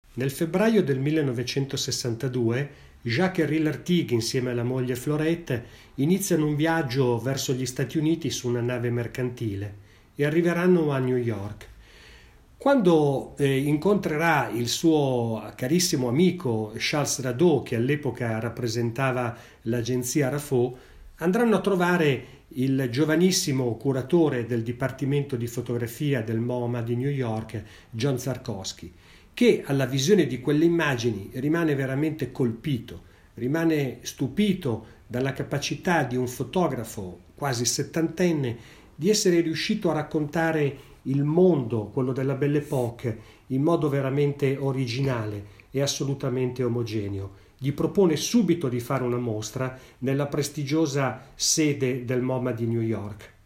Nel febbraio del 1962 Jacques Henri Lartigue insieme alla moglie Florette iniziano un viaggio verso gli Stati Uniti su una nave mercantile e arriveranno a New York. Quando incontrerà il suo carissimo amico Charles Radeau, che all'epoca rappresentava l'agenzia Raffaut, andranno a trovare il giovanissimo curatore del Dipartimento di Fotografia del MoMA di New York, John Zarkowski, che alla visione di quelle immagini rimane veramente colpito, rimane stupito dalla capacità di un fotografo quasi settantenne di essere riuscito a raccontare il mondo, quello della Belle Époque, in modo veramente originale e assolutamente omogeneo. Gli propone subito di fare una mostra nella prestigiosa sede del MoMA di New York.